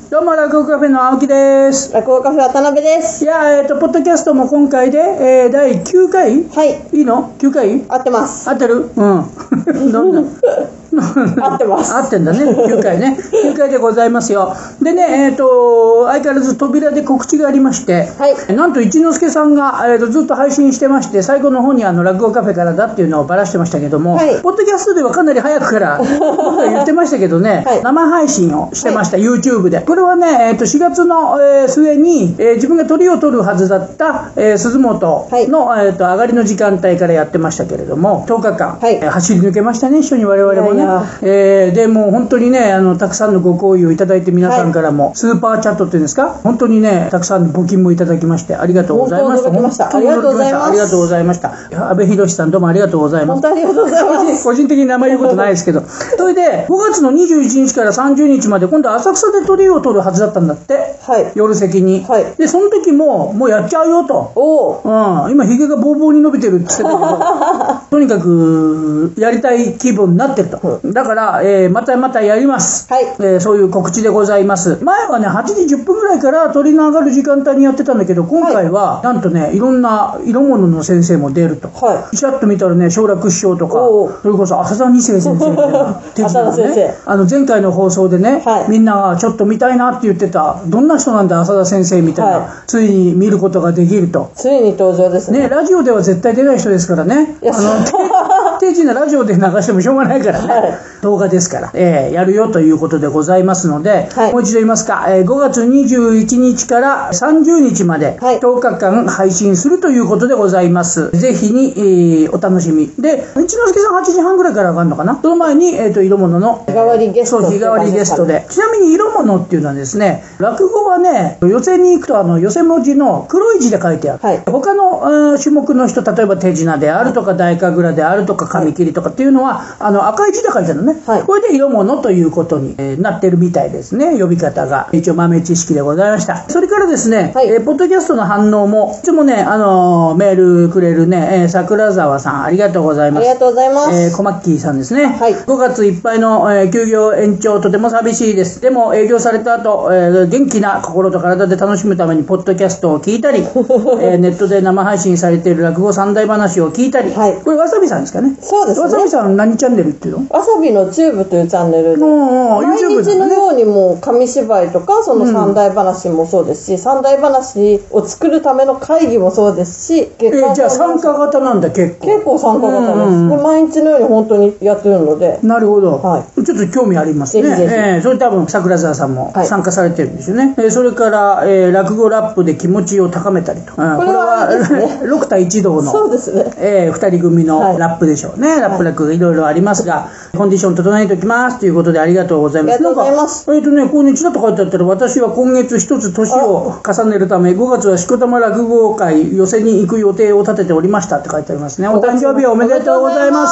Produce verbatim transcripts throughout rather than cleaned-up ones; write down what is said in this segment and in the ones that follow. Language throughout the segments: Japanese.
どうも落語カフェの青木です。 落語カフェ渡辺です。 いや、えっ、ー、とポッドキャストも今回で、えー、だいきゅうかい。 はい。 いいの？きゅうかい？ 合ってます。 合ってる？うん。どんな合ってます。 合ってんだね。きゅうかいね。きゅうかいでございますよ。でね、えっ、ー、と相変わらず扉で告知がありまして、 はい、 なんと一之輔さんが、えー、とずっと配信してまして、最後の方にあの落語カフェからだっていうのをばらしてましたけども、 はい、 ポッドキャストではかなり早くから言ってましたけどね、はい、生配信をしてました、はい、YouTube で。これはね、えー、としがつの、えー、末に、えー、自分が鳥を取るはずだった、えー、鈴本の、はい、えー、と上がりの時間帯からやってましたけれども、とおかかん、はい、えー、走り抜けましたね、一緒に我々もね。いやいや、えー、でもう本当にね、あのたくさんのご好意をいただいて、皆さんからも、はい、スーパーチャットっていうんですか、本当にね、たくさんの募金もいただきまして、ありがとうございました。 本当に驚きました。ありがとうございます。 ありがとうございました。阿部寛さん、どうもありがとうございます。 本当ありがとうございます。 個人的に名前言うことないですけど、それでごがつのにじゅういちにちからさんじゅうにちまで今度浅草で鳥を取るはずだったんだって、はい、夜席に、はい、でその時ももうやっちゃうよと、お、うん、今ひげがボーボーに伸びてるって言ってたけどとにかくやりたい気分になってると、うん、だから、えー、またまたやります、はい、えー、そういう告知でございます。前はねはちじじゅっぷんぐらいから鳥の上がる時間帯にやってたんだけど、今回は、はい、なんとねいろんな色物の先生も出ると、はい、ちらっと見たらね、正楽師匠とか、それこそ浅田二世先生みたいな浅田先生、 あの前回の放送でね、はい、みんながちょっと見たいなって言ってた、どんな人なんだ浅田先生みたいな、はい、ついに見ることができると。 ついに登場ですね。 ね、ラジオでは絶対出ない人ですからね。あの定時なラジオで流してもしょうがないからね、はい、動画ですから、えー、やるよということでございますので、はい、もう一度言いますか、えー、ごがつにじゅういちにちからさんじゅうにちまでとおかかん配信するということでございます。ぜひに、えー、お楽しみで、一之輔さんはちじはんぐらいから上がるのかな。その前に、えー、と色物の日替わりゲスト、 そう日替わりゲストで、ちなみに色物っていうのはですね、落語はね、寄席に行くとあの寄席文字の黒い字で書いてある、はい、他の種目の人、例えば手品であるとか大神楽であるとか紙切りとかっていうのは、はい、あの赤い字で書いてあるのね、はい、これで色物ということに、えー、なってるみたいですね、呼び方が。一応豆知識でございました。それからですね、はい、えー、ポッドキャストの反応もいつもね、あのー、メールくれるね、えー、桜沢さんありがとうございます。 ありがとうございます。 えー、小マッキーさんですね、はい、ごがついっぱいの、えー、休業延長とても寂しいです。でも営業された後、えー、元気な心と体で楽しむためにポッドキャストを聞いたり、えー、ネットで生配信されている落語三大話を聞いたり、はい、これわさびさんですかね。 そうですね。 わさびさん何チャンネルっていうの？ わさびのチューブというチャンネルで、毎日のようにもう紙芝居とかその三大話もそうですし、うん、三大話を作るための会議もそうですし、 えー、じゃあ参加型なんだ。結構結構参加型です、うんうん、で毎日のように本当にやってるので。 なるほど、はい、ちょっと興味ありますね。ぜひぜひ、えー、それ多分桜沢さんも参加されてるんですよね、はい、えー、それから、えー、落語ラップで気持ちを高めたりと、うん、これはです、ね、ろくたいいちどうのそうですね、 えー、ふたり組のラップでしょうね、はい、ラップラップいろいろありますが、コンディション整えておきますということでありがとうございます。 ありがとうございます。 なんかえっ、ー、とね、ここにちらっと書いてあったら、私は今月一つ年を重ねるためごがつはしこたま落語会寄席に行く予定を立てておりましたって書いてありますね。お誕生日おめでとうございます。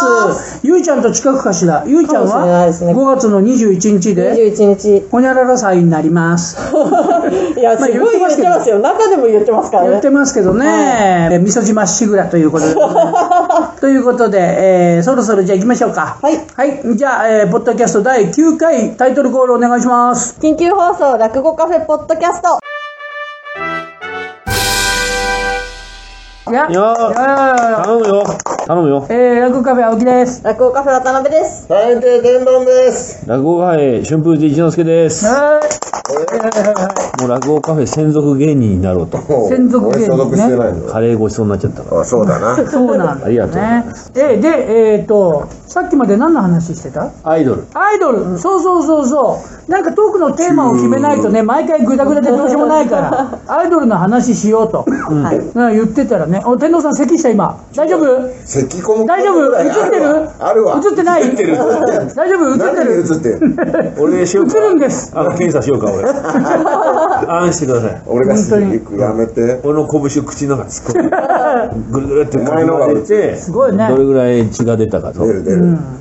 ゆいちゃんと近くかしら。ゆいちゃんはごがつのにじゅういちにちでにじゅういちにちほにゃらら祭になりますいや、すごい言ってますよ。中でも言ってますからね。 言ってますけどね、はい、みそじまっしぐらということでということで、えー、そろそろじゃあ行きましょうか。はい、はい、じゃあ、えー、ポッドキャストだいきゅうかいタイトルコールお願いします。 緊急放送落語カフェポッドキャスト。 いやいや頼むよ頼むよ。 えー、落語カフェ青木です。 落語カフェ渡辺です。 三軒天丼です。 落語カフェ春風寺一之輔です。 はい、 もう落語カフェ専属芸人になろうと。 専属芸人ね。 カレーごちそうになっちゃったから。 あ、そうだな。 そうなんだ、ね、 ありがとう。 えで、えっ、ー、とさっきまで何の話してた？ アイドル。 アイドル、うん、そうそうそうそう。なんかトークのテーマを決めないとね、毎回グダグダでどうしようもないからアイドルの話しようと、うんはい、言ってたらね、お天皇さん咳した今。大丈夫？ 咳込む。 大丈夫？映ってる？ あるわ。 映ってない？ 映ってる。 大丈夫？映ってる？ 映ってる。 俺しようか。 映るんです。 あの検査しようか俺。安心してください。 俺がすぐやめて。 俺の拳を口の中に突っ込んでぐるぐるってお前のが出て、 すごいね。 どれぐらい血が出たかと。 出る出る。うん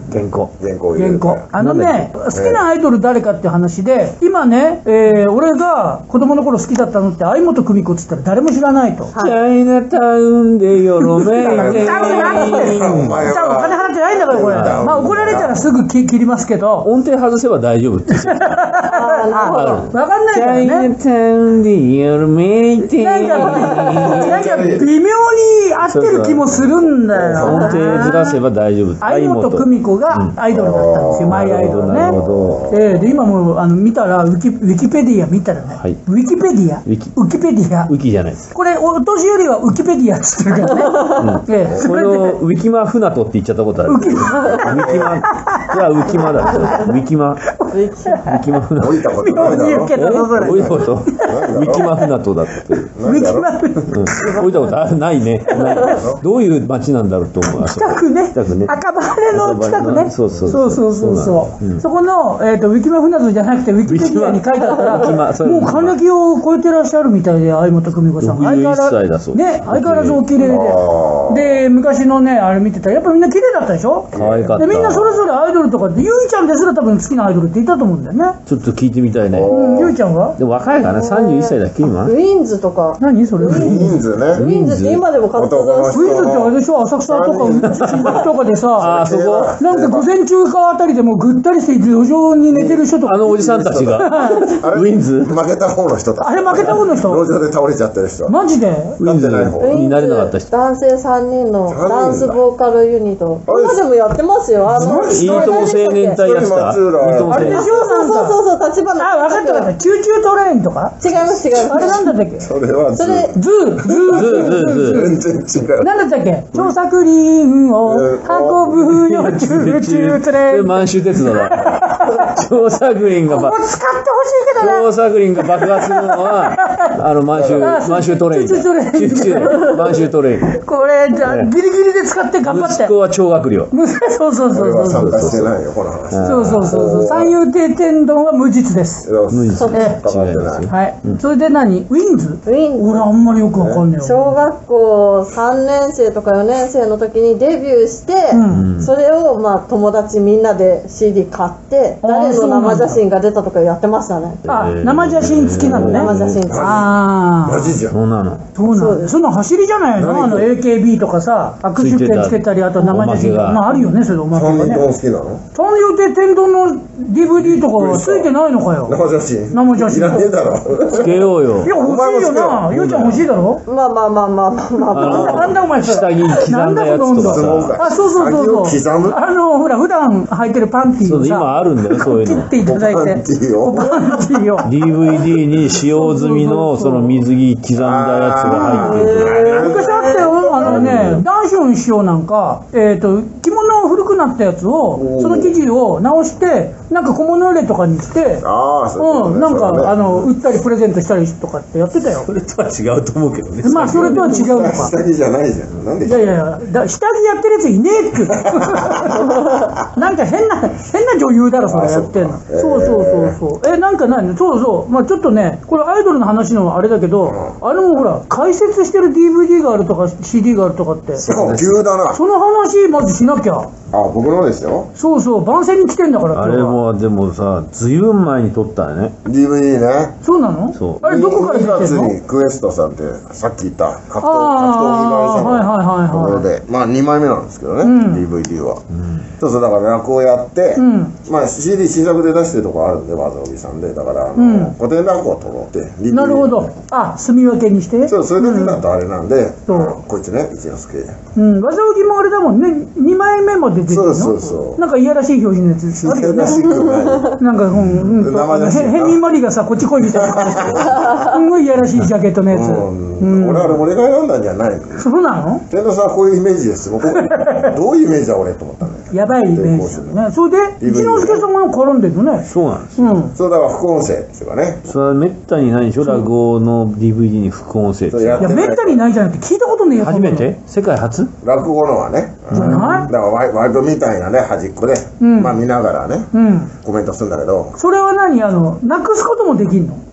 原稿原稿入れ原るから稿あのね好きなアイドル誰かって話で今ね、えー、俺が子供の頃好きだったのって相本久美子っつったら誰も知らないと、 チャイナタウンでよろめいて多分なってお前は多分お金払ってないんだからこれ、まあ怒られたらすぐ切りますけど音程外せば大丈夫って言ってたあーなるほど。 分かんないチャイからねナタウンでよろめいてなんかなんか微妙に合ってる気もするんだよ音程ずらせば大丈夫。 相本久美子がアイドルだったんですよ、マイアイドルね。 なるほど。 えーで今もうあの見たらウィキ、ウィキペディア見たらね、 はいウィキペディアウィキウキペディアウキじゃないです。 これお年寄りはウキペディアっつってるからね、ええこれをウィキマフナトって言っちゃったことある。ウィキマ。いやウィキマだ。ウィキマ。ウィキマフナト。 降りたことないだろ言うけどそれどういうこと？ウィキマフナトだって。 ウィキマフうん。降りたことあるないね。ないどういう街なんだろうと思う。 近くね、 近くね。 赤羽の近くね、 そうそうそうそうそうそううんそこの、えー、とウィキマフナズじゃなくてウィキペディアに書いてあったウィキマらそういうのもう還暦を超えてらっしゃるみたいで相本久美子さんろくじゅういっさいだそうですね相変わらずお綺麗あーでで昔のねあれ見てたらやっぱみんな綺麗だったでしょ。 可愛かった。 でみんなそれぞれアイドルとかってゆいちゃんですら多分好きなアイドルって言ったと思うんだよね。 ちょっと聞いてみたいね。 うんゆいちゃんはでも若いからね、さんじゅういっさいだっけ今。 ウィンズとか。 何それウィン人数ねウィンズって今でも活動してズってあれでしょ浅草とか新宿とかでさああそこ。 なんか午前中かあたりでもうぐったりして路上に寝てる人とかあのおじさんたちが。 あれウィンズ負けた方の人たちあれ負けた方の人路上で倒れちゃってる人マジでウィンズ勝ってない方になれなかった人。 男性さんにんのダンスボーカルユニット。 あれ今でもやってますよ。あの、 いいとも青年隊やってた。いい松浦とも青年あれでしょそうそうそうそう、立花。 あ分かった分かったチューチュートレインとか違います違います。 あれなんだったっけズそれはずそれ、 ーズーズーズーズ全然違うなんだったっけ調査クリーンを運ぶよチューチュートレイン満州鉄道だ。調査グリーンがばここ使ってほしいけどな調査グリーンが爆発するのはあの満州満州トレインだ。 チューチュートレインチューチュー満州トレイン。 これじゃあギリギリで使って頑張って息子は超学寮。 そうそうそう俺はそう参加してないよこの話そうそうそうそう三遊亭天丼は無実です無実え関わってないはいそれで何ウィンズウィンズ。 俺あんまりよくわかんねえ小よ学校さんねん生とかよねん生の時にデビューして、 うんそれをまあ友達みんなで シーディー 買ってあー誰のそうなんだ生写真が出たとかやってましたね。 あ生写真付きなのね生写真付き。 ああマジじゃんそうなの。 そうなんだその走りじゃないのあの エーケービー とかさ握手券つけたりあと生写真おまけがまああるよねそれおまけ三がね人とも好きなの三遊亭天丼の ディーブイディー とかついてないのかよ生写真生写真いらねえだろつけようよい。や欲しいよなゆうちゃん欲しいだろまあまあまあまあまあまあまあ。 あのなんだお前それ下着刻んだやつとかさ。 あそうそうそうそう刻むあのほら普段履いてるパンティーそうをさ今あるんだよそういうの。 切っていただいてパンティーをパンティーをディーブイディー に使用済みのその水着刻んだやつが入ってる。 昔あったよあのねダンション師匠なんかえっと着物古くなったやつをその生地を直してなんか小物入れとかにしてああそううんなんかあのう売ったりプレゼントしたりとかってやってたよそれとは違うと思うけどね。 まあそれとは違うのか下着じゃないじゃんなんでいやいやいやだ下着やってるやついねえってなんか変な変な女優だろそれやってんのあそかそううそうそうそうえなんか何そうそうまあちょっとねこれアイドルの話のあれだけどあれもほら解説してる ディーブイディー があるとか シーディー があるとかってしかも急だなその話まずしなきゃあ僕のですよそうそう番宣に来てんだからあれもでもさ、ずいぶん前に撮ったよね。 ディーブイディー ねそうなのそうあれどこから出てんのにがつにクエストさんってさっき言った格闘格闘技会あー社はいはいはいはいのところでまあにまいめなんですけどね、 うんディーブイディー は、そうそうだから落語やって、 うんまあ シーディー 新作で出してるとこあるんでわざおびさんでだからあの、 うん古典落語を撮ろうって ディーブイディーなるほどあ住み分けにしてそうそれだけだとあれなんで、 そうあのこいつね一之輔うんわざおぎもあれだもんねにまいめも出てるのそうそうそうなんかいやらしい表示のやつあるよねらしくないなんか、うん、うん、 生写真へヘンリー・マリーがさ、こっち来いみたいな感じすんごいいやらしいジャケットのやつ。 うんうん俺あれ俺が選んだんじゃないのそうなの天童さんはこういうイメージですもうこうどういうイメージだ俺と思ったんだよやばいイメージだね。それで、一之輔さんが絡んでるのね。 そうなんです。 うん。 そうだから副音声っていうかねそれはめったにないでしょ、落語の ディーブイディー に副音声って。 そうやいや、めったにないじゃなくて聞いたことねえよ。 初めて世界初落語のはねじゃないだからワイワイドみたいなね端っこで、 うんまあ見ながらねうん。 コメントするんだけどそれは何あの、なくすこともできんの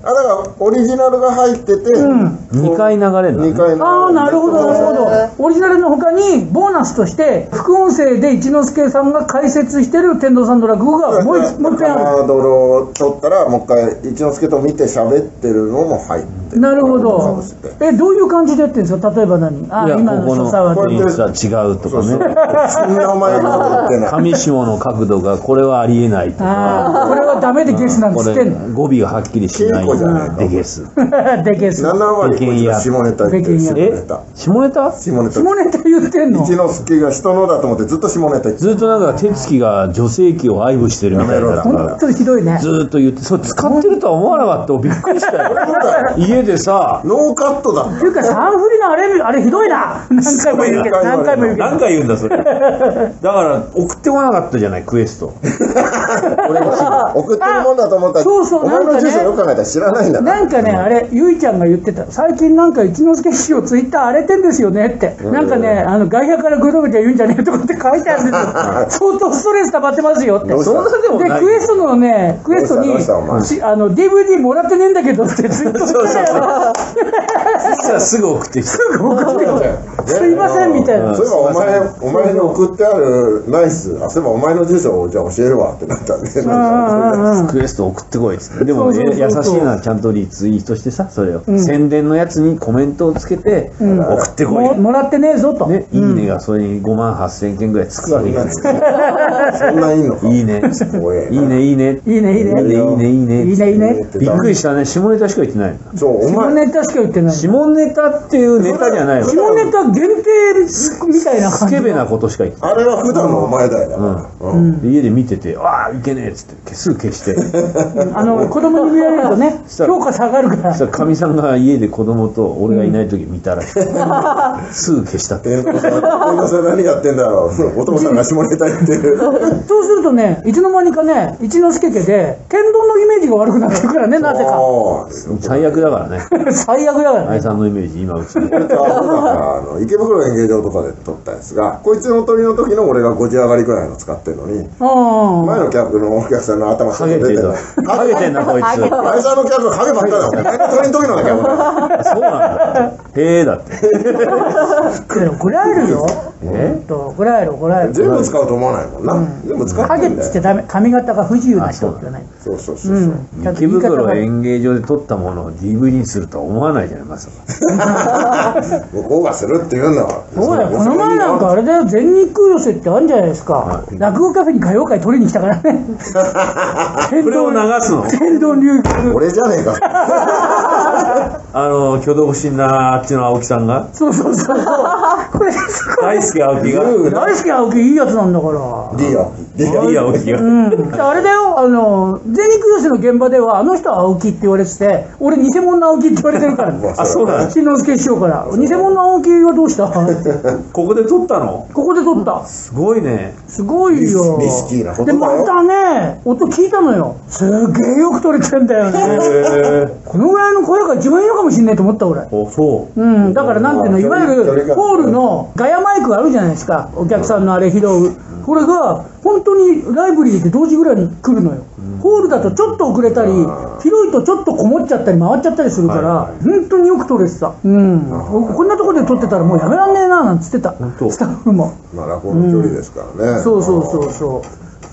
あ、だからオリジナルが入ってて、 にかい流れるの。 にかい流れる。 ああ、なるほど、なるほど。オリジナルの他に、ボーナスとして、副音声で一之輔さんが解説してる天童さんの落語がもう一回ある。 ハードルを取ったら、もう一回一之輔と見て喋ってるのも入ってる。 なるほど。え、どういう感じでやってるんですか？例えば何？あ、今の所作はここの演出は違うとかね。 そんなお前の言ってない。 上下の角度がこれはありえないとか。 これはダメでゲスなんつってんの。 語尾がはっきりしないでゲス。 でゲス。 ななわりこいつが下ネタ言ってる。下ネタ。 下ネタ？ 下ネタ。 下ネタ言ってんの？ 一之輔が人のだと思ってずっと下ネタ言ってずっとなんか手つきが女性器を愛撫してるみたいな。 本当にひどいね。 ずっと言って、それ使ってるとは思わなかった。びっくりしたよ。家でさ。 ノーカットだ。 っていうかサンフリのあれあれひどいな。何回も言うけど何回も言うけど。 何回言うんだそれ。だから送ってこなかったじゃないクエスト。 俺が送ってるもんだと思ったら、 そうそう、 お前の住所よく考えたら知らないんだ。 なんかね、あれゆいちゃんが言ってた。最近なんか一之輔師匠ツイッター荒れてんですよねって。なんかね、あの外野からグログロ言うんじゃねえとかって書いてあるんですよ。相当ストレス溜まってますよって。 そんなでもない。 でクエストのね、クエストにあの ディーブイディー もらってねえんだけどってツイートしてたよ。 そしたらすぐ送ってきた。 すぐ送ってきた。すいませんみたいな。 そういえばお前お前に送ってあるナイス。あ、そういえばお前の住所をじゃあ教えるわってなったんで。 クエスト送ってこいっつって。でも優しいなちゃんとリツイートしてさ、それを宣伝のやつにコメントをつけて送ってこい。 もらってねえぞと。 ね、いいねがそれにごまんはっせんけんぐらいつくわけが。 そんないいのか。 いいね。いいねいいね。 いいねいいね。いいねいいねいいね。 いいねいいね。 びっくりしたね。下ネタしか言ってない。 そう、お下前。 ネタしか言ってない。 下ネタっていうネタじゃないよ。 下ネタ限定みたいな感じ。 スケベなことしか言ってない。 あれは普段のお前だよ。 家で見てて、ああいけねえっつってすぐ消して。 あの子供に見られるとね、評価下がるから。 そしたらかみさんが家で子供と俺がいない時見たらすぐ消したって。 天童さん何やってんだろう。お父さんが下ネタ言ってる。 そうするとね、いつの間にかね、一之輔家で天丼のイメージが悪くなってるからね、なぜか。 最悪だからね。 最悪だからね。 愛さんのイメージ今うち。 俺とあの池袋演芸場とかで撮ったやつが、こいつの鳥の時の俺がごじ上がりくらいの使ってるのに、前の客のお客さんの頭ハゲてる。ハゲてんなこいつ。 愛さんの客がハゲばっかだよ。前の鳥の時のだけ。 そうなんだ。へえだって。 怒られるよ。えっと怒られる怒られる。 全部使うと思わないもんな。全部使ってんだよ。 ハゲっつってダメ。髪型が不自由な人ってね。 そうそうそうそう。 池袋演芸場で撮ったものを ディーブイディー にするとは思わないじゃないまさか。 向こうがするって言うんだから。 そうだよ。この前なんかあれだよ。全日空寄せってあるんじゃないですか。落語カフェに歌謡会取りに来たからね。 これを流すの？ 天童流行。 俺じゃねえか。 あの挙動不審なあっちの青木さんが。 そうそうそうそう。これ大輔青木が。 大輔青木いいやつなんだから。 D 青木。D 青木が。 うん。あれだよ。あの全日空寄せの現場ではあの人は青木って言われてて、俺偽物の青木って言われてるから。 あ、そうなの。 新之助師匠から偽物の青木はどうした？ ここで撮ったの？ ここで撮った。 すごいね。 すごいよ。 リスキーなことでまたね、音聞いたのよ。すげえよく撮れてんだよね。このぐらいの声が一番いいのかもしれないと思った俺。 お、そう。 うん、だからなんていうの、いわゆるホールのガヤマイクあるじゃないですか。お客さんのあれ拾う。これが本当にライブリーで同時ぐらいに来るのよ。ホールだとちょっと遅れたり、広いとちょっとこもっちゃったり回っちゃったりするから、本当によく撮れてた。うん。こんなとこで撮ってたらもうやめらんねえななんつってた。スタッフも。 まあ落語の距離ですからね。 そうそうそうそう。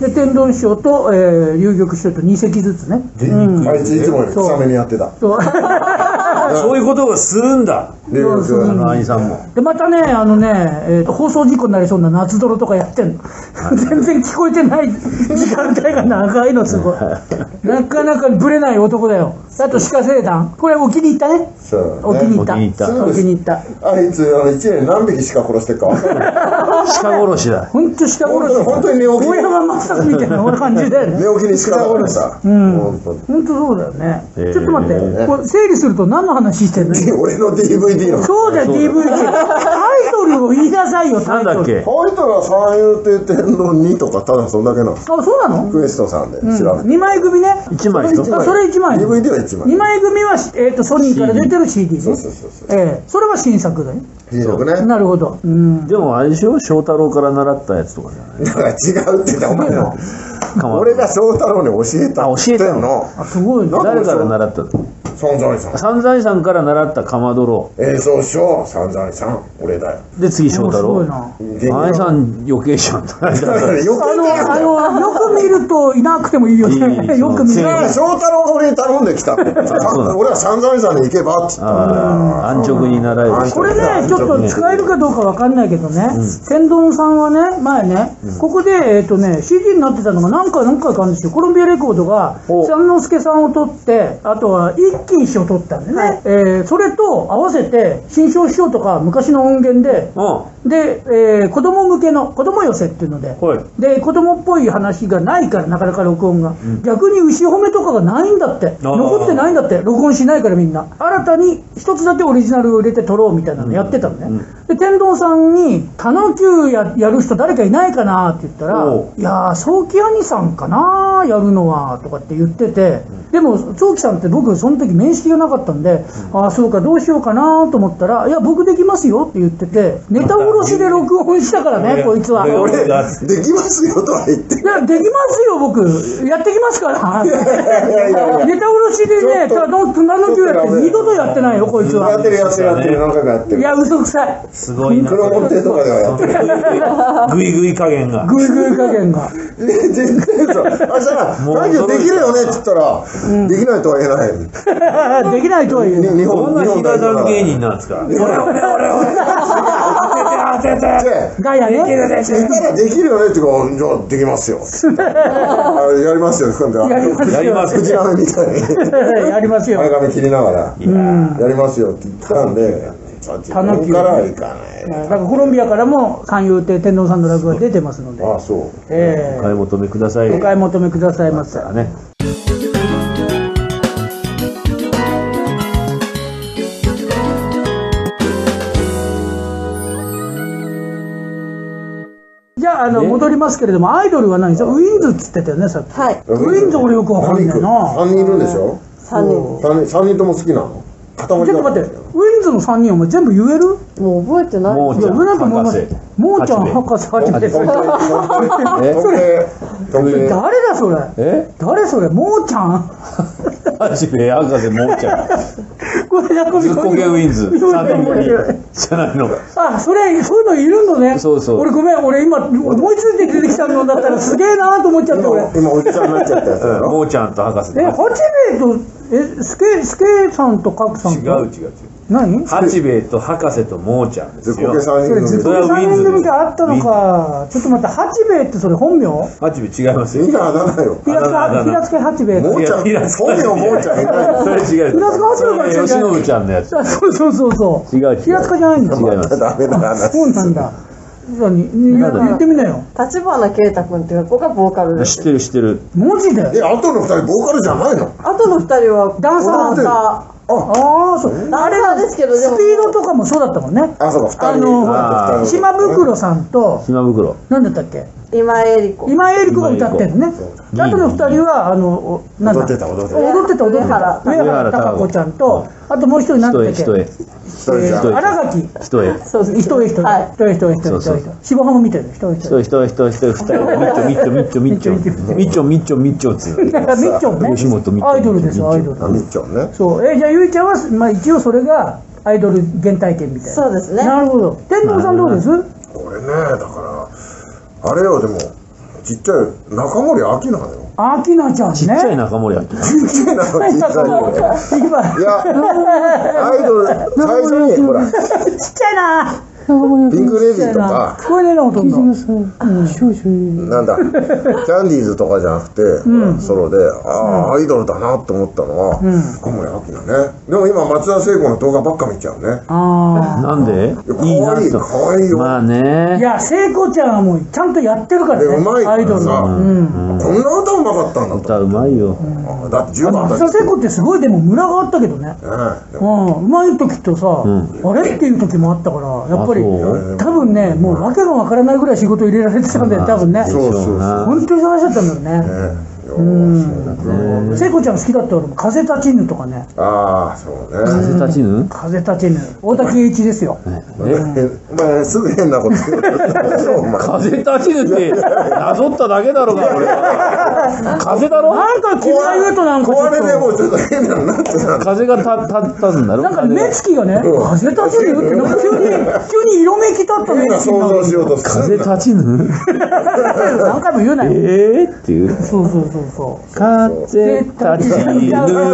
で天童師匠と、えー、龍玉師匠とに席ずつね。 あいついつもより臭めにやってた。 そうそういうことをするんだ。 龍玉あの兄さんも。 でまたねあのね、えーと、放送事故になりそうな夏泥とかやってんの。全然聞こえてない時間帯が長いのすごい。なかなかブレない男だよ。あと鹿星団、これお気に入ったね。お気に入った。お気に入った。 あいつあのいちねん何匹鹿殺してるか分かんない。 鹿殺しだ。 本当鹿殺し。 本当に寝起き。 大山正作みたいな感じだよね。 寝起きに鹿殺した。 うん。本当そうだよね。ちょっと待って、これ整理すると何の話してんの？ 俺の ディーブイディー の。 そうだよ ディーブイディー。タイトルを言いなさいよ。 なんだっけ？ タイトルは三遊亭天童にとかただそんだけなの。あ、 そうなの？ クエストさんで調べて。 にまい組ね。 いちまいと。 あ、それいちまい。 ディーブイディー はいちまい。 にまい組はえっとソニーから出てる シーディー ね。 そうそうそうそう。 ええ、それは新作だね。 新作ね。 なるほど。うん。 でもあれでしょ、翔太郎から習ったやつとかじゃない？ だから違うって言ったお前の。 俺が翔太郎に教えた。 あ、教えたの。 あ、すごいね。 誰から習ったの？ 三財さん。 三財さんから習ったかまどろ。 演奏師匠、三財さん、俺だよ。 で、次翔太郎。 あれさん余計じゃん。 あの、あの、よく見るといなくてもいいよね。よく見る。 翔太郎が俺に頼んできた。俺は三財さんに行けばって言った。 安直に習える。 これね、ちょっと使えるかどうかわかんないけどね、天丼さんはね、前ね、ここで、えっとね、シーディー になってたのが何回何回かあるんですよ。コロンビアレコードが、三之助さんを撮って、あとは一気に師匠を撮ったんでね、はい、えー、それと合わせて、新庄師匠とか昔の音源で、で、えー、子供向けの、子供寄せっていうので、はい、で、子供っぽい話がないから、なかなか録音が。うん、逆に牛褒めとかがないんだって。残ってないんだって。録音しないからみんな。新たに一つだけオリジナルを入れて撮ろうみたいなのやってたのね。うんうん、で、天童さんに、田野球ややる人誰かいないかなって言ったら、いやー、早期兄さんかなやるのは、とかって言ってて、うん、でも、早期さんって僕その時面識がなかったんで、うん、ああ、そうか、どうしようかなと思ったら、いや、僕できますよって言ってて、ネタおろしで録音したからね、こいつは。 俺、できますよとは言って。 いや、できますよ、僕。やってきますから。ネタおろしでね、ただの球やって二度とやってないよ、こいつは。 やってるやってるやってる、何回かやってる。 いや、嘘くさい。 すごいな。 黒門亭とかではやってる。 グイグイ加減が。 グイグイ加減が。 全然そう。あしたら、大丈夫できるよねって言ったら、できないとは言えない。 できないとは言えない。 日本の日賀さん芸人なんですか。俺俺俺俺。当てて当てて。 ガヤね。 できたらできるよねって言うから、じゃあできますよ。やりますよ、今度は。 やりますよ。 藤波みたいに。 やりますよ。 前髪切りながら、やりますよって言ったんで、自分からはいかない。 だからコロンビアからも三遊亭天童さんの落語が出てますので。 ああ、そう。 ええ。お買い求めください。 お買い求めくださいませ。ね。じゃあ、あの、戻りますけれども、アイドルは何ですか？ウィンズっつってたよね、さっき。 はい。 ウィンズ俺よくわかんないな。 さんにんいるんでしょ？ さんにん。 さんにんとも好きなの？ ちょっと待って、ウィンズのさんにんお前全部言える？ もう覚えてない。 もうちゃん博士。 もうちゃん博士はじめ。それ誰だそれ？え？誰それ？もうちゃん？ はじめ博士もうちゃん。 これなんかズッコケウィンズさんにん組じゃないの。 あ、それそういうのいるのね。 そうそう。 俺ごめん、俺今思いついて出てきたのだったらすげえなと思っちゃって俺。 今おじさんになっちゃったやつだろ。 もうちゃんと博士。 え、はじめとえスケスケさんとカクさんと。 違う違う違う。 何？ 八兵衛と博士ともーちゃんですよ。 それずっとさんにん組があったのか。ちょっと待って、八兵衛ってそれ本名？ 八兵衛違いますよ。 いいあだ名よ。 平塚平塚八兵衛。 もーちゃん。本名もーちゃんいない。 それ違う。 平塚八兵衛が吉信ちゃんのやつ。 そうそうそうそう。 違う違う。 平塚じゃないんだ。 違います。 ダメだな。 そうなんだ。言ってみなよ。 立花啓太君っていう子がボーカルです。 知ってる知ってる。 文字で。 え、あとの二人ボーカルじゃないの？ あとの二人はダンサー。 ああ、そう。 あれはですけど、 スピードとかもそうだったもんね。 あ、そうか、 あの、島袋さんと、 島袋。 何だったっけ？ 今江里子。 今江里子が歌ってるね。あとの二人は、あの、なんだ。 踊ってた、踊ってた。 踊ってた、踊ってた。上原貴子ちゃんと、あともう一人何だっけ？ 人へ。 新垣。 人へ。 そうです。人へ人へ。人へ人へ人へ人へ。芝浜見てる。人へ人へ。 人へ人へ人へ人へ。ミッチョミッチョミッチョミッチョミッチョミッチョつ。ミッチョね。 吉本ミッチョ。 アイドルですよ、アイドル。 ミッチョね。 そう。え、じゃあゆいちゃんは、まあ一応それがアイドル原体験みたいな。 そうですね。 なるほど。天童さんどうです？ 俺ね、だから、あれよ、でも、ちっちゃい中森明菜だよ。 あきなちゃんね。 ちっちゃい中森明菜。 ちっちゃいな、ちっちゃいいや、アイドル、最初に、ほら。 ちっちゃいな。 ピンクレディーとか、 聞こえねえな、ほとんど。 なんだ、キャンディーズとかじゃなくて、ソロで、ああ、アイドルだなって思ったのは、中森明菜ね。でも今、松田聖子の動画ばっか見ちゃうね。 ああ。なんで？ いいなって。かわいいよ。 まあね。 いや、聖子ちゃんはもうちゃんとやってるからね。 うまいからさ、こんな歌うまかったんだと。 歌うまいよ。 だってじゅうばんだ松田聖子ってすごいでもムラがあったけどね。うん、うまい時とさ、あれっていう時もあったから、やっぱり、多分ね、もう訳がわからないぐらい仕事入れられてたんだよ、多分ね。 そうそうそう。 本当に忙しかったんだよね。 うん聖子ちゃん好きだった俺も風立ちぬとかね。 ああそうね。 風立ちぬ風立ちぬ大竹栄一ですよ。 お前すぐ変なこと言う。 風立ちぬってなぞっただけだろうが俺は。風だろ。 なんか君が言うとなんか壊れでもちょっと変ななってた。 風が立ったんだろ。 なんか目つきがね風立ちぬってなんか急に急に色めき立った目つき想像しようとす風立ちぬ何回も言うなよ。 えーっていう。 そうそうそうそう。 風立ちぬ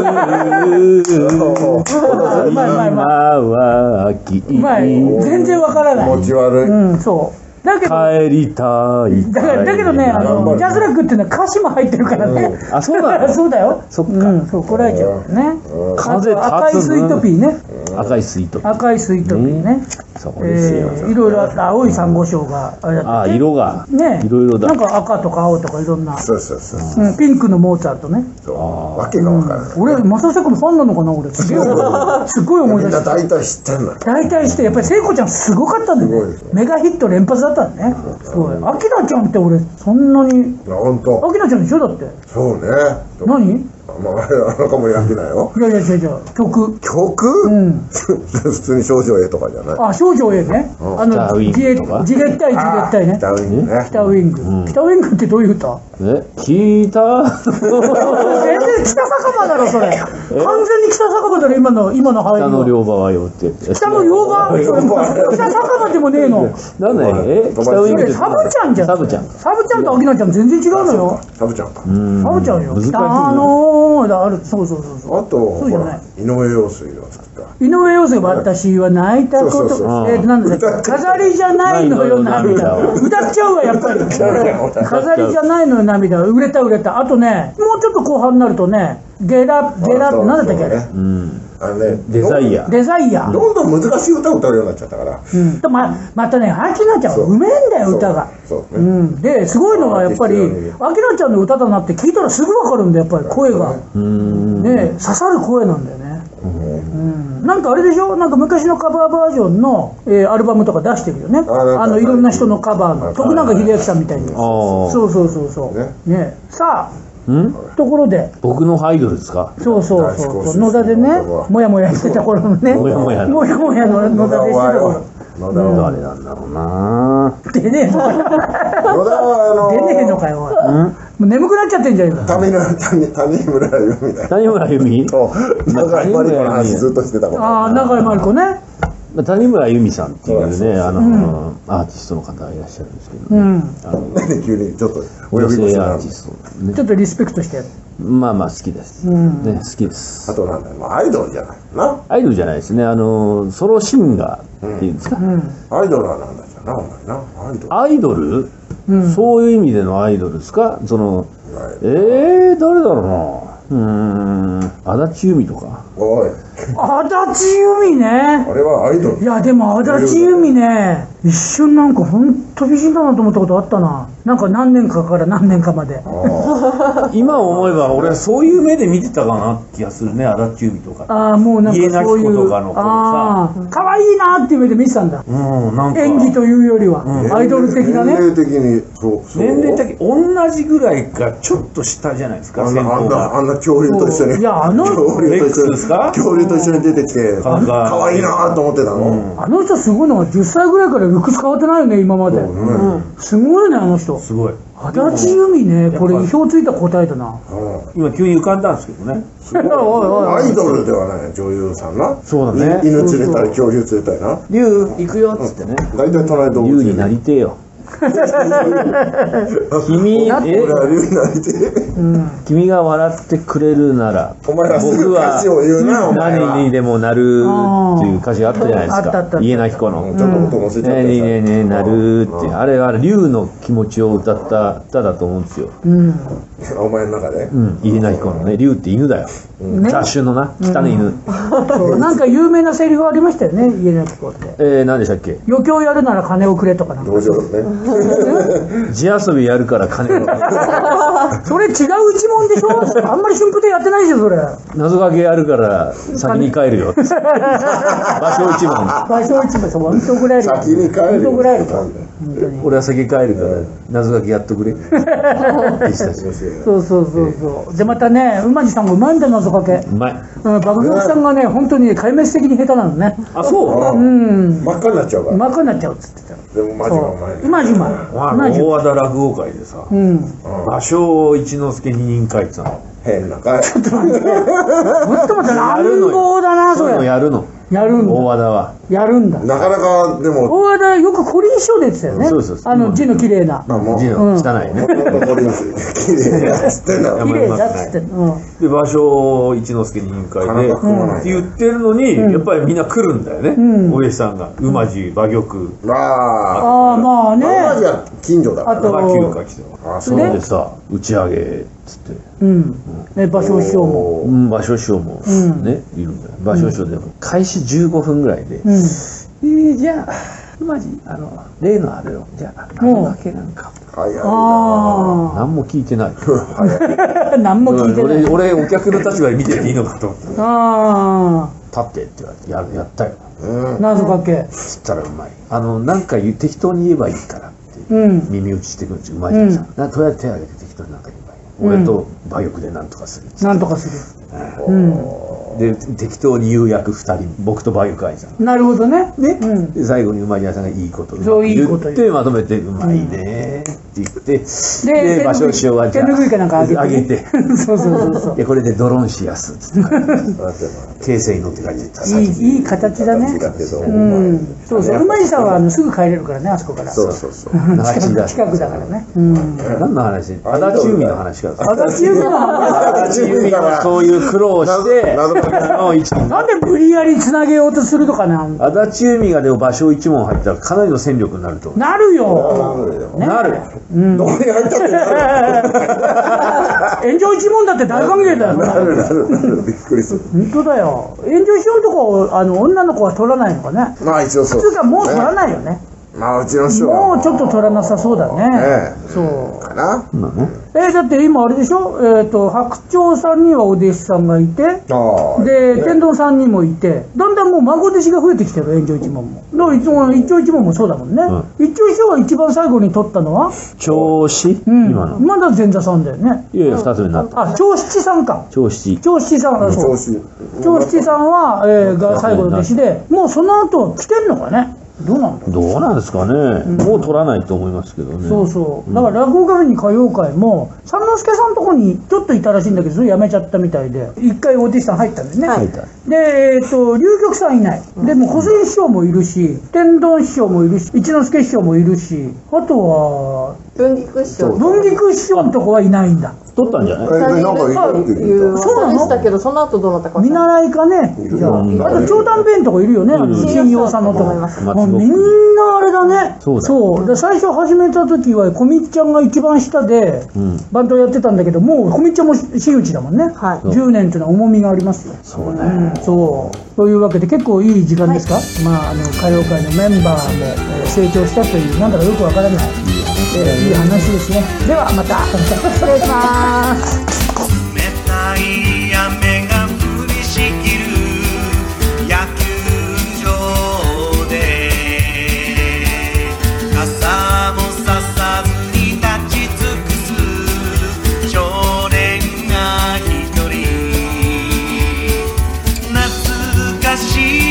今は秋。 うまい。全然わからない。 気持ち悪い。 うんそう。だけど帰りたい。 だからだけどねあのジャスラックっていうのは歌詞も入ってるからね。 あそうなの。 そうだよ。 そっか。 うんそうこらえちゃうね。 風立つ。 赤いスイートピーね。 赤いスイートピー。 赤いスイートピーね。 そうですよ。 いろいろ青い珊瑚礁があれだった。 あ色がねいろいろだ。 なんか赤とか青とかいろんな。 そうそうそう。 ピンクのモーツァルトね。 わけがわからない。 俺正志君ファンなのかな俺。すげえすごい思い出した。 みんな大体知ってんの。 大体してやっぱり聖子ちゃんすごかったんだよね。メガヒット連発だったんだね。すごい。アキナちゃんって俺そんなに。 本当。 アキナちゃんでしょだって。 そうね。 何？ まああのかもやってないよ。 いやいや違う違う曲。 曲？ うん。 普通に少女 A とかじゃない。 あ少女 A ね。あのジゲジゲッタイジゲッタイね。 北ウィングね。 北ウィング。北ウィングってどういう歌？ え聞いた？ 全然北酒場だろそれ。完全に北酒場だろ今の今の入り。 北の両場はよって。 北の両場？北酒場でもねえの。 なんだよ。え北ウィング。 サブちゃんじゃん。 サブちゃん。 サブちゃんとアキナちゃん全然違うのよ。 サブちゃんか。 サブちゃんよ。北のだあるそうそうそうそう。 あとほら井上陽水が作った。 井上陽水が私は泣いたことえなんだっけ飾りじゃないのよ涙歌っちゃうわやっぱり飾りじゃないのよ涙売れた売れたあとねもうちょっと後半になるとねゲラゲラって何だったっけあれあのねデザイアデザイアどんどん難しい歌を歌うようになっちゃったからうんとままたねアキナちゃんはうめえんだよ歌がそううんですごいのはやっぱりアキナちゃんの歌だなって聞いたらすぐ分かるんだやっぱり声がね刺さる声なんだよねうんなんかあれでしょなんか昔のカバーバージョンの、えー、アルバムとか出してるよねあのいろんな人のカバーの徳永英明さんみたいにそうそうそうそうねねさあんところで僕のアイドルですかそうそうそう野田でねもやもやしてた頃のねもやもやもやもやの野田でしてた頃誰なんだろうな出ねえのかよ出ねえのかよもう眠くなっちゃってんじゃん今谷村由美だよ谷村由美そう中井真理子の話ずっとしてたもんああ中井真理子ね谷村由美さんっていうねあのアーティストの方がいらっしゃるんですけどなんで急にちょっとお呼び女性アーティストちょっとリスペクトしてやるまあまあ好きですね好きですあとなんだよアイドルじゃないなアイドルじゃないですねあのソロシンガーっていうんですかアイドルはなんだじゃなお前なアイドルそういう意味でのアイドルですかそのえー誰だろうなうーん足立由美とかおい足立由美ねあれはアイドルいやでも足立由美ね一瞬なんかほんと美人だなと思ったことあったななんか何年かから何年かまで今思えば俺はそういう目で見てたかな気がするね足立由美とかああもうなんかそういう家なき子とかの頃さ可愛いなっていう目で見てたんだうんなんか演技というよりはアイドル的なね年齢的にそう年齢的同じぐらいかちょっと下じゃないですかあんなあんなあんな恐竜と一緒にいやあの恐竜と一緒にですか恐竜と一緒に出てきて可愛いなと思ってたのあの人すごいのがじゅっさいぐらいからルックス変わってないよね今まですごいねあの人すごい足立由美ねこれ意表ついた答えだな今急に浮かんだんですけどねアイドルではない女優さんなそうだね犬連れたり恐竜連れたりな龍行くよっつってね大体隣動物龍になりてえよ君え俺は龍になりてえ君が笑ってくれるならお前はすぐ歌詞を言うなお前は何にでもなるっていう歌詞あったじゃないですか家なき子のちょっと音乗せちゃったねえねえねえなるってあれは龍の気持ちを歌った歌だと思うんですよお前の中でうん家なき子のね龍って犬だよね、雑種のな汚い犬、うん、 そうなんか有名なセリフありましたよね、家の子って。 えー、何でしたっけ？ 余興やるなら金をくれとかなんか。 道場ね。 地遊びやるから金をくれ。 それ違う一問でしょ。あんまり春風亭やってないでしょそれ。 謎かけやるから先に帰るよ。場所一問。 場所一問、本当ぐらいる。 先に帰る。 本当ぐらいるか。 俺は先帰るから謎かけやっとくれ。 そうそうそうそう。でまたね、馬地さんもうまいんだ謎かけ。 うまい。 うん、爆笑さんがね本当に壊滅的に下手なのね。 あ、そう。 うん。 真っ赤になっちゃうから。 真っ赤になっちゃうっつってた。 でもマジがうまい。 馬地馬。 大和田落語会でさ、うん。芭蕉一之輔二人会っての。 変な会。 ちょっと待って。ちょっと待って。乱暴だなそれ。 やるの。 やるんだ。 大和田は。 やるんだ。 なかなかでも。 大和田よく古臨書でしたよね。 そうそうそう。 あの字の綺麗な。 字の汚いね。 綺麗だっつってんだ。 綺麗だっつって。で芭蕉一之輔二人会でって言ってるのにやっぱりみんな来るんだよね。お弟子さんが馬地馬玉。 ああまあね。 馬地は近所だから。 あと旧家来て。あそうでさ打ち上げっつって。 うん。ね芭蕉師匠も。 うん芭蕉師匠もねいるんだよ。芭蕉師匠で開始じゅうごふんぐらいで。えー、じゃあ馬地あの例のあるよ。じゃあ謎かけなんか。 はいはい。 何も聞いてない。 何も聞いてない。 俺俺お客の立場で見てていいのかと思って。 ああ。 立ってって言われてやるやったよ。 謎かけ。 つったらうまい。あのなんか適当に言えばいいからって耳打ちしてくるんですよ。うまいじゃんさ。とりあえず手挙げて適当になんか言えばいい。俺と馬玉でなんとかする。 なんとかする。うん。 で適当に言う役ふたり僕と馬玉愛さん。 なるほどね。 ね。で最後に馬地屋さんがいいことそういいこと言ってまとめてうまいねって言って、で芭蕉師匠はじゃあ手拭いかなんかあげて。そうそうそうそう。 でこれでドロンしやすっつって。京成のって書いてた。 いいいい形だね。うん。そうそう。馬地さんはあのすぐ帰れるからねあそこから。 そうそうそう。 近くだからね。うん。 何の話？足立由美の話から。 足立由美の話。 足立由美がそういう苦労をして。 なんで無理やりつなげようとするのかな。 足立由美がでも芭蕉一門入ったらかなりの戦力になると。 なるよ。 なる。 どこに入ったってなる。炎上一門だって大歓迎だよ。 なるなるなる。びっくりする。 本当だよ。炎上しようとこあの女の子は取らないのかね。 まあ一応そう。 つうかもう取らないよね。 まあうちの師匠もうちょっと取らなさそうだね。そうかな。 えー、だって今あれでしょ、えー、と白鳥さんにはお弟子さんがいて、で、ね、天童さんにもいて、だんだんもう孫弟子が増えてきてる、炎上一門も。だからいつも一丁一門もそうだもんね。うん、一丁一丁は一番最後に取ったのは長七、うん、今のまだ前座さんだよね。 いやいや二つ目になった。 あ、長七さんか。 長七長七さんがそう。長七さんは、えー、が最後の弟子で、もうその後来てんのかね。どうなんだどうなんですかね、うん、もう取らないと思いますけどね。そうそう。だから落語カフェに歌謡会も三之助さんのとこにちょっといたらしいんだけどそれ辞めちゃったみたいで一回お弟子さん入ったんですね。 はい、 で、えー、と龍玉さんいない、うん、でも小杉師匠もいるし天丼師匠もいるし一之輔師匠もいるしあとは文菊師匠文菊師匠のとこはいないんだ。 取ったんじゃない？ なんかいるっていう噂でしたけどその後どうなったか見習いかね。じゃああと長短弁とかいるよね。信用さんのとこみんなあれだね。 そうだ。 そうで最初始めた時はこみっちゃんが一番下でバンドやってたんだけどもうこみっちゃんも真打ちだもんね。はい、じゅうねんっていうのは重みがありますよ。 そうね、 うん、そうというわけで結構いい時間ですか。はい、まああの歌謡界のメンバーも、えー、成長したというなんだかよくわからないいい話、えー、いい話ですね。ではまた失礼します。 冷たい雨が降りしきる野球場で傘もささずに立ち尽くす少年が一人懐かしい